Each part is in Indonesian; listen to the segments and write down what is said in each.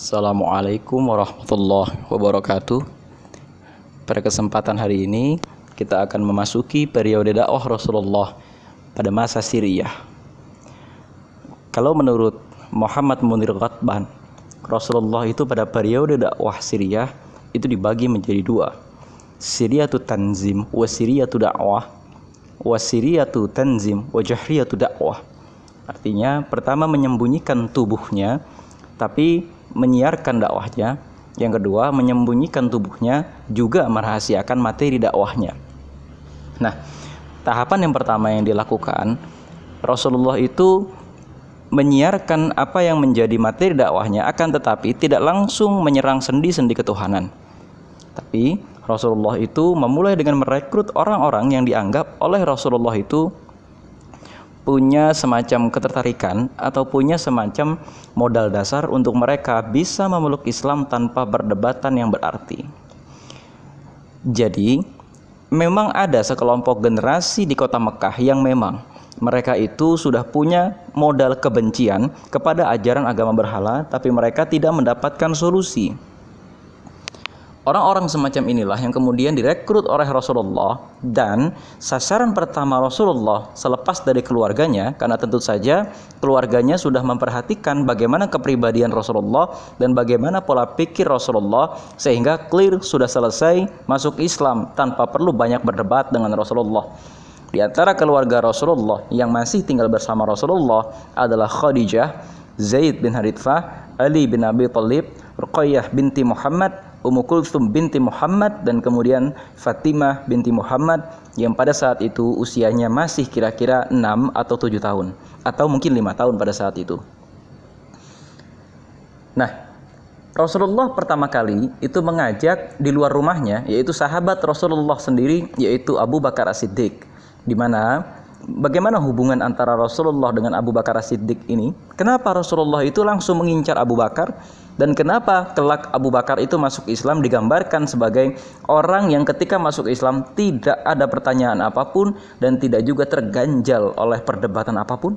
Assalamualaikum warahmatullahi wabarakatuh. Pada kesempatan hari ini kita akan memasuki periode dakwah Rasulullah pada masa Siriyah. Kalau menurut Muhammad Munir Ghadban, Rasulullah itu pada periode dakwah Siriyah itu dibagi menjadi dua. Siriyatu tanzim wa siriyatu dakwah wa siriyatu tanzim wa jahriyatu dakwah. Artinya pertama menyembunyikan tubuhnya tapi menyiarkan dakwahnya. Yang kedua menyembunyikan tubuhnya juga merahasiakan materi dakwahnya. Nah, tahapan yang pertama yang dilakukan, Rasulullah itu menyiarkan apa yang menjadi materi dakwahnya, akan tetapi tidak langsung menyerang sendi-sendi ketuhanan. Tapi Rasulullah itu memulai dengan merekrut orang-orang yang dianggap oleh Rasulullah itu punya semacam ketertarikan atau punya semacam modal dasar untuk mereka bisa memeluk Islam tanpa perdebatan yang berarti. Jadi memang ada sekelompok generasi di kota Mekah yang memang mereka itu sudah punya modal kebencian kepada ajaran agama berhala, tapi mereka tidak mendapatkan solusi. Orang-orang semacam inilah yang kemudian direkrut oleh Rasulullah, dan sasaran pertama Rasulullah selepas dari keluarganya, karena tentu saja keluarganya sudah memperhatikan bagaimana kepribadian Rasulullah dan bagaimana pola pikir Rasulullah, sehingga clear sudah selesai masuk Islam tanpa perlu banyak berdebat dengan Rasulullah. Di antara keluarga Rasulullah yang masih tinggal bersama Rasulullah adalah Khadijah, Zaid bin Harithah, Ali bin Abi Thalib, Ruqayyah binti Muhammad, Ummu Kulthum binti Muhammad, dan kemudian Fatimah binti Muhammad yang pada saat itu usianya masih kira-kira 6 atau 7 tahun atau mungkin 5 tahun pada saat itu. Nah, Rasulullah pertama kali itu mengajak di luar rumahnya, yaitu sahabat Rasulullah sendiri, yaitu Abu Bakar As-Siddiq. Di mana bagaimana hubungan antara Rasulullah dengan Abu Bakar As-Siddiq ini? Kenapa Rasulullah itu langsung mengincar Abu Bakar? Dan kenapa kelak Abu Bakar itu masuk Islam digambarkan sebagai orang yang ketika masuk Islam tidak ada pertanyaan apapun dan tidak juga terganjal oleh perdebatan apapun?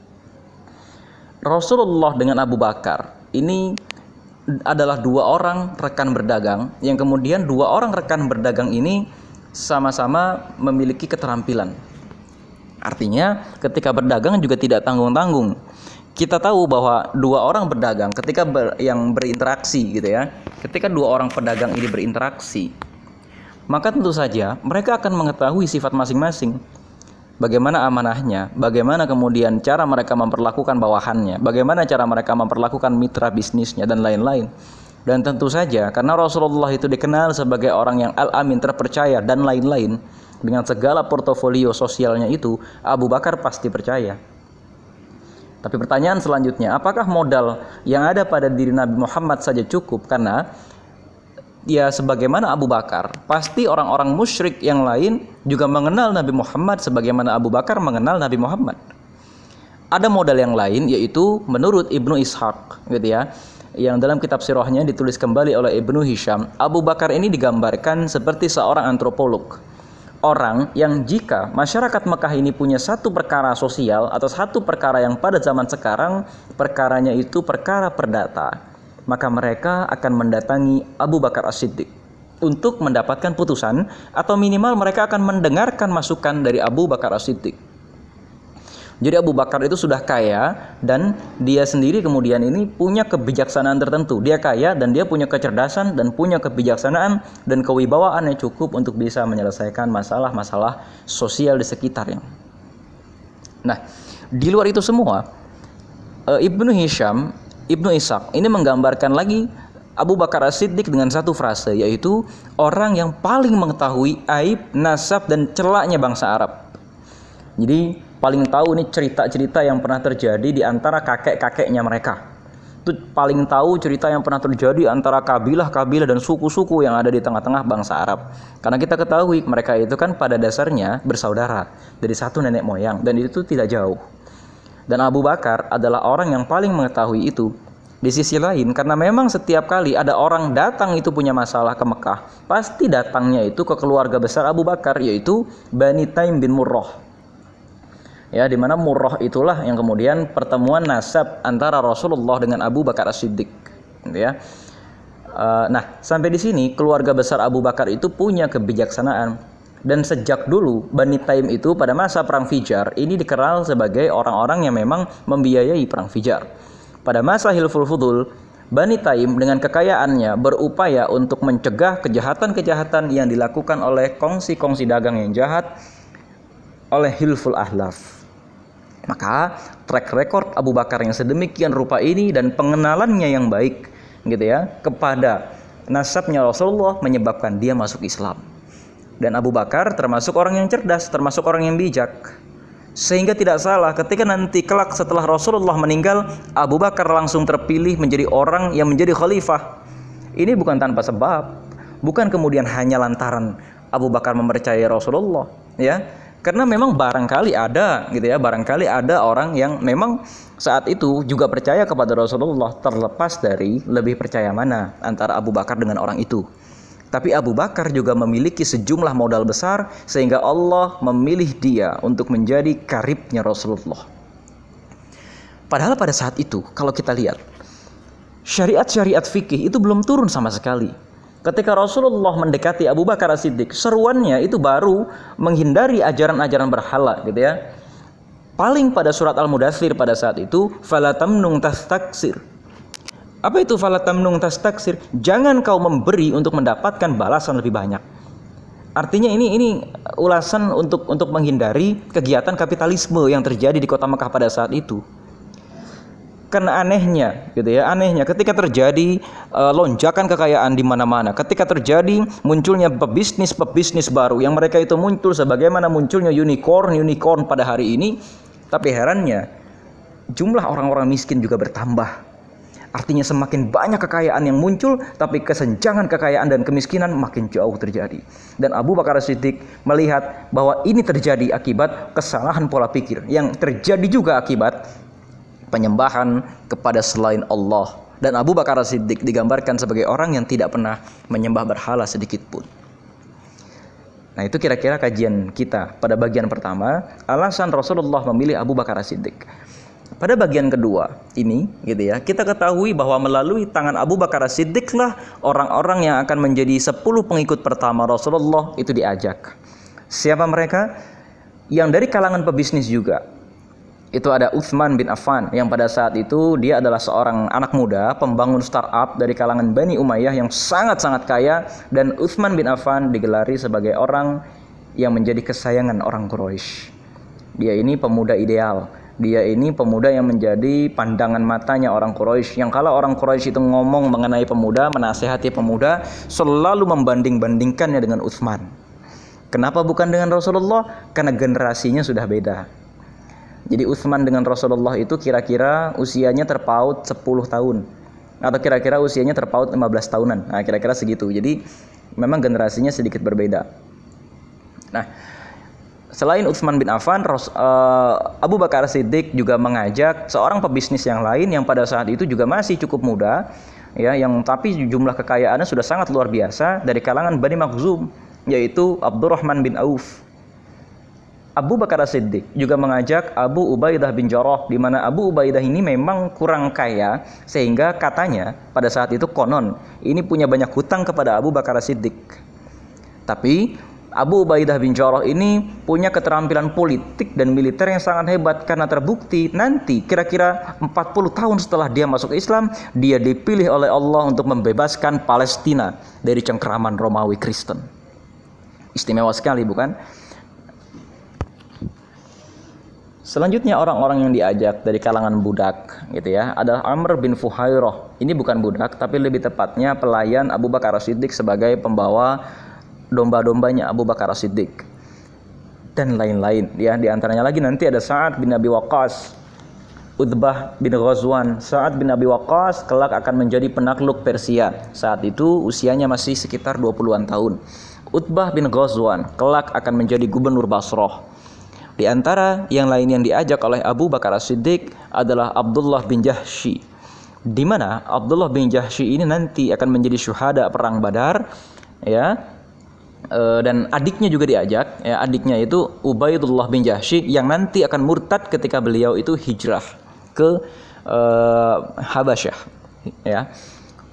Rasulullah dengan Abu Bakar ini adalah dua orang rekan berdagang, yang kemudian dua orang rekan berdagang ini sama-sama memiliki keterampilan. Artinya ketika berdagang juga tidak tanggung-tanggung. Kita tahu bahwa dua orang berdagang ketika yang berinteraksi gitu ya. Ketika dua orang pedagang ini berinteraksi, maka tentu saja mereka akan mengetahui sifat masing-masing. Bagaimana amanahnya, bagaimana kemudian cara mereka memperlakukan bawahannya, bagaimana cara mereka memperlakukan mitra bisnisnya dan lain-lain. Dan tentu saja karena Rasulullah itu dikenal sebagai orang yang al-amin, terpercaya dan lain-lain, dengan segala portofolio sosialnya itu, Abu Bakar pasti percaya. Tapi pertanyaan selanjutnya, apakah modal yang ada pada diri Nabi Muhammad saja cukup? Karena ya sebagaimana Abu Bakar, pasti orang-orang musyrik yang lain juga mengenal Nabi Muhammad sebagaimana Abu Bakar mengenal Nabi Muhammad. Ada modal yang lain, yaitu menurut Ibnu Ishaq gitu ya, yang dalam kitab sirahnya ditulis kembali oleh Ibnu Hisham, Abu Bakar ini digambarkan seperti seorang antropolog. Orang yang jika masyarakat Mekah ini punya satu perkara sosial atau satu perkara yang pada zaman sekarang perkaranya itu perkara perdata, maka mereka akan mendatangi Abu Bakar As-Siddiq untuk mendapatkan putusan, atau minimal mereka akan mendengarkan masukan dari Abu Bakar As-Siddiq. Jadi Abu Bakar itu sudah kaya, dan dia sendiri kemudian ini punya kebijaksanaan tertentu. Dia kaya dan dia punya kecerdasan dan punya kebijaksanaan dan kewibawaan yang cukup untuk bisa menyelesaikan masalah-masalah sosial di sekitarnya. Nah, di luar itu semua, Ibnu Hisham, Ibnu Ishaq ini menggambarkan lagi Abu Bakar As-Siddiq dengan satu frase, yaitu orang yang paling mengetahui aib, nasab dan celaknya bangsa Arab. Jadi paling tahu ini cerita-cerita yang pernah terjadi di antara kakek-kakeknya mereka. Itu paling tahu cerita yang pernah terjadi antara kabilah-kabilah dan suku-suku yang ada di tengah-tengah bangsa Arab. Karena kita ketahui mereka itu kan pada dasarnya bersaudara dari satu nenek moyang, dan itu tidak jauh. Dan Abu Bakar adalah orang yang paling mengetahui itu. Di sisi lain, karena memang setiap kali ada orang datang itu punya masalah ke Mekah, pasti datangnya itu ke keluarga besar Abu Bakar, yaitu Bani Taim bin Murrah. Ya, di mana Murrah itulah yang kemudian pertemuan nasab antara Rasulullah dengan Abu Bakar As-Siddiq. gitu ya. Nah, sampai di sini keluarga besar Abu Bakar itu punya kebijaksanaan, dan sejak dulu Bani Taim itu pada masa perang Fijar ini dikenal sebagai orang-orang yang memang membiayai perang Fijar. Pada masa Hilful Fudul, Bani Taim dengan kekayaannya berupaya untuk mencegah kejahatan-kejahatan yang dilakukan oleh kongsi-kongsi dagang yang jahat oleh Hilful Ahlaf. Maka track record Abu Bakar yang sedemikian rupa ini dan pengenalannya yang baik gitu ya kepada nasabnya Rasulullah menyebabkan dia masuk Islam. Dan Abu Bakar termasuk orang yang cerdas, termasuk orang yang bijak. Sehingga tidak salah ketika nanti kelak setelah Rasulullah meninggal, Abu Bakar langsung terpilih menjadi orang yang menjadi khalifah. Ini bukan tanpa sebab, bukan kemudian hanya lantaran Abu Bakar mempercayai Rasulullah, ya. Karena memang barangkali ada gitu ya, barangkali ada orang yang memang saat itu juga percaya kepada Rasulullah, terlepas dari lebih percaya mana antara Abu Bakar dengan orang itu. Tapi Abu Bakar juga memiliki sejumlah modal besar sehingga Allah memilih dia untuk menjadi karibnya Rasulullah. Padahal pada saat itu kalau kita lihat syariat-syariat fikih itu belum turun sama sekali. Ketika Rasulullah mendekati Abu Bakar As-Siddiq, seruannya itu baru menghindari ajaran-ajaran berhala gitu ya. Paling pada surat Al-Mudaththir pada saat itu, fala tamnun tastaksir. Apa itu fala tamnun tastaksir? Jangan kau memberi untuk mendapatkan balasan lebih banyak. Artinya ini ulasan untuk menghindari kegiatan kapitalisme yang terjadi di kota Mekah pada saat itu. Karena anehnya gitu ya, anehnya ketika terjadi lonjakan kekayaan di mana-mana, ketika terjadi munculnya pebisnis baru yang mereka itu muncul sebagaimana munculnya unicorn pada hari ini, tapi herannya jumlah orang-orang miskin juga bertambah. Artinya semakin banyak kekayaan yang muncul, tapi kesenjangan kekayaan dan kemiskinan makin jauh terjadi. Dan Abu Bakar As-Siddiq melihat bahwa ini terjadi akibat kesalahan pola pikir, yang terjadi juga akibat penyembahan kepada selain Allah. Dan Abu Bakar As-Siddiq digambarkan sebagai orang yang tidak pernah menyembah berhala sedikit pun. Nah, itu kira-kira kajian kita pada bagian pertama, alasan Rasulullah memilih Abu Bakar As-Siddiq. Pada bagian kedua ini gitu ya, kita ketahui bahwa melalui tangan Abu Bakar As-Siddiq lah orang-orang yang akan menjadi 10 pengikut pertama Rasulullah itu diajak. Siapa mereka? Yang dari kalangan pebisnis juga. Itu ada Utsman bin Affan yang pada saat itu dia adalah seorang anak muda pembangun startup dari kalangan Bani Umayyah yang sangat-sangat kaya, dan Utsman bin Affan digelari sebagai orang yang menjadi kesayangan orang Quraisy. Dia ini pemuda ideal, dia ini pemuda yang menjadi pandangan matanya orang Quraisy, yang kalau orang Quraisy itu ngomong mengenai pemuda, menasehati pemuda, selalu membanding-bandingkannya dengan Utsman. Kenapa bukan dengan Rasulullah? Karena generasinya sudah beda. Jadi Utsman dengan Rasulullah itu kira-kira usianya terpaut 10 tahun. Atau kira-kira usianya terpaut 15 tahunan. Nah, kira-kira segitu. Jadi memang generasinya sedikit berbeda. Nah, selain Utsman bin Affan, Abu Bakar Siddiq juga mengajak seorang pebisnis yang lain yang pada saat itu juga masih cukup muda, ya, yang tapi jumlah kekayaannya sudah sangat luar biasa dari kalangan Bani Makhzum, yaitu Abdurrahman bin Auf. Abu Bakar As-Siddiq juga mengajak Abu Ubaidah bin Jarrah, di mana Abu Ubaidah ini memang kurang kaya sehingga katanya pada saat itu konon ini punya banyak hutang kepada Abu Bakar As-Siddiq. Tapi Abu Ubaidah bin Jarrah ini punya keterampilan politik dan militer yang sangat hebat, karena terbukti nanti kira-kira 40 tahun setelah dia masuk Islam, dia dipilih oleh Allah untuk membebaskan Palestina dari cengkeraman Romawi Kristen. Istimewa sekali, bukan? Selanjutnya orang-orang yang diajak dari kalangan budak gitu ya, adalah Amr bin Fuhairah. Ini bukan budak, tapi lebih tepatnya pelayan Abu Bakar As-Siddiq sebagai pembawa domba-dombanya Abu Bakar As-Siddiq. Dan lain-lain ya, di antaranya lagi nanti ada Sa'ad bin Abi Waqqas, Utbah bin Ghazwan. Sa'ad bin Abi Waqqas kelak akan menjadi penakluk Persia. Saat itu usianya masih sekitar 20-an tahun. Utbah bin Ghazwan kelak akan menjadi gubernur Basrah. Di antara yang lain yang diajak oleh Abu Bakar As-Siddiq adalah Abdullah bin Jahsy, di mana Abdullah bin Jahsy ini nanti akan menjadi syuhada perang Badar, ya. Dan adiknya juga diajak, ya, adiknya itu Ubaidullah bin Jahsy yang nanti akan murtad ketika beliau itu hijrah ke Habasyah, ya.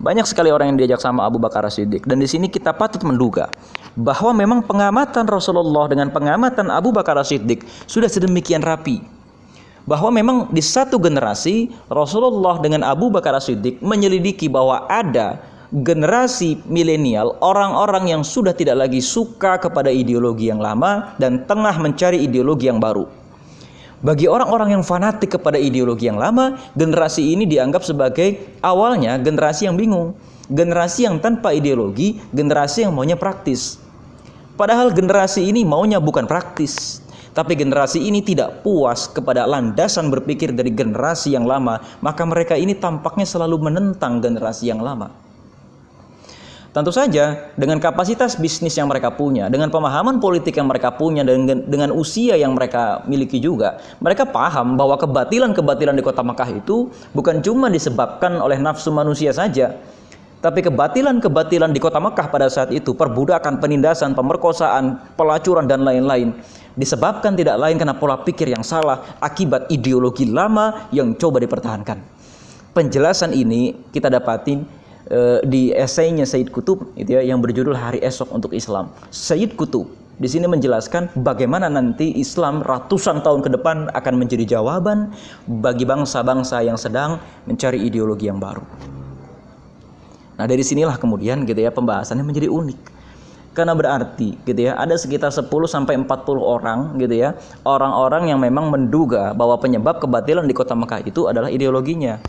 Banyak sekali orang yang diajak sama Abu Bakar As-Siddiq, dan di sini kita patut menduga bahwa memang pengamatan Rasulullah dengan pengamatan Abu Bakar As-Siddiq sudah sedemikian rapi, bahwa memang di satu generasi Rasulullah dengan Abu Bakar As-Siddiq menyelidiki bahwa ada generasi milenial, orang-orang yang sudah tidak lagi suka kepada ideologi yang lama dan tengah mencari ideologi yang baru. Bagi orang-orang yang fanatik kepada ideologi yang lama, generasi ini dianggap sebagai awalnya generasi yang bingung, generasi yang tanpa ideologi, generasi yang maunya praktis. Padahal generasi ini maunya bukan praktis, tapi generasi ini tidak puas kepada landasan berpikir dari generasi yang lama, maka mereka ini tampaknya selalu menentang generasi yang lama. Tentu saja dengan kapasitas bisnis yang mereka punya, dengan pemahaman politik yang mereka punya, dan dengan usia yang mereka miliki juga, mereka paham bahwa kebatilan-kebatilan di kota Makkah itu bukan cuma disebabkan oleh nafsu manusia saja, tapi kebatilan-kebatilan di kota Makkah pada saat itu, perbudakan, penindasan, pemerkosaan, pelacuran, dan lain-lain, disebabkan tidak lain karena pola pikir yang salah akibat ideologi lama yang coba dipertahankan. Penjelasan ini kita dapatin di esainya Sayyid Qutb itu ya, yang berjudul Hari Esok untuk Islam. Sayyid Qutb di sini menjelaskan bagaimana nanti Islam ratusan tahun ke depan akan menjadi jawaban bagi bangsa-bangsa yang sedang mencari ideologi yang baru. Nah, dari sinilah kemudian gitu ya pembahasannya menjadi unik. Karena berarti gitu ya ada sekitar 10 sampai 40 orang gitu ya, orang-orang yang memang menduga bahwa penyebab kebatilan di kota Mekah itu adalah ideologinya.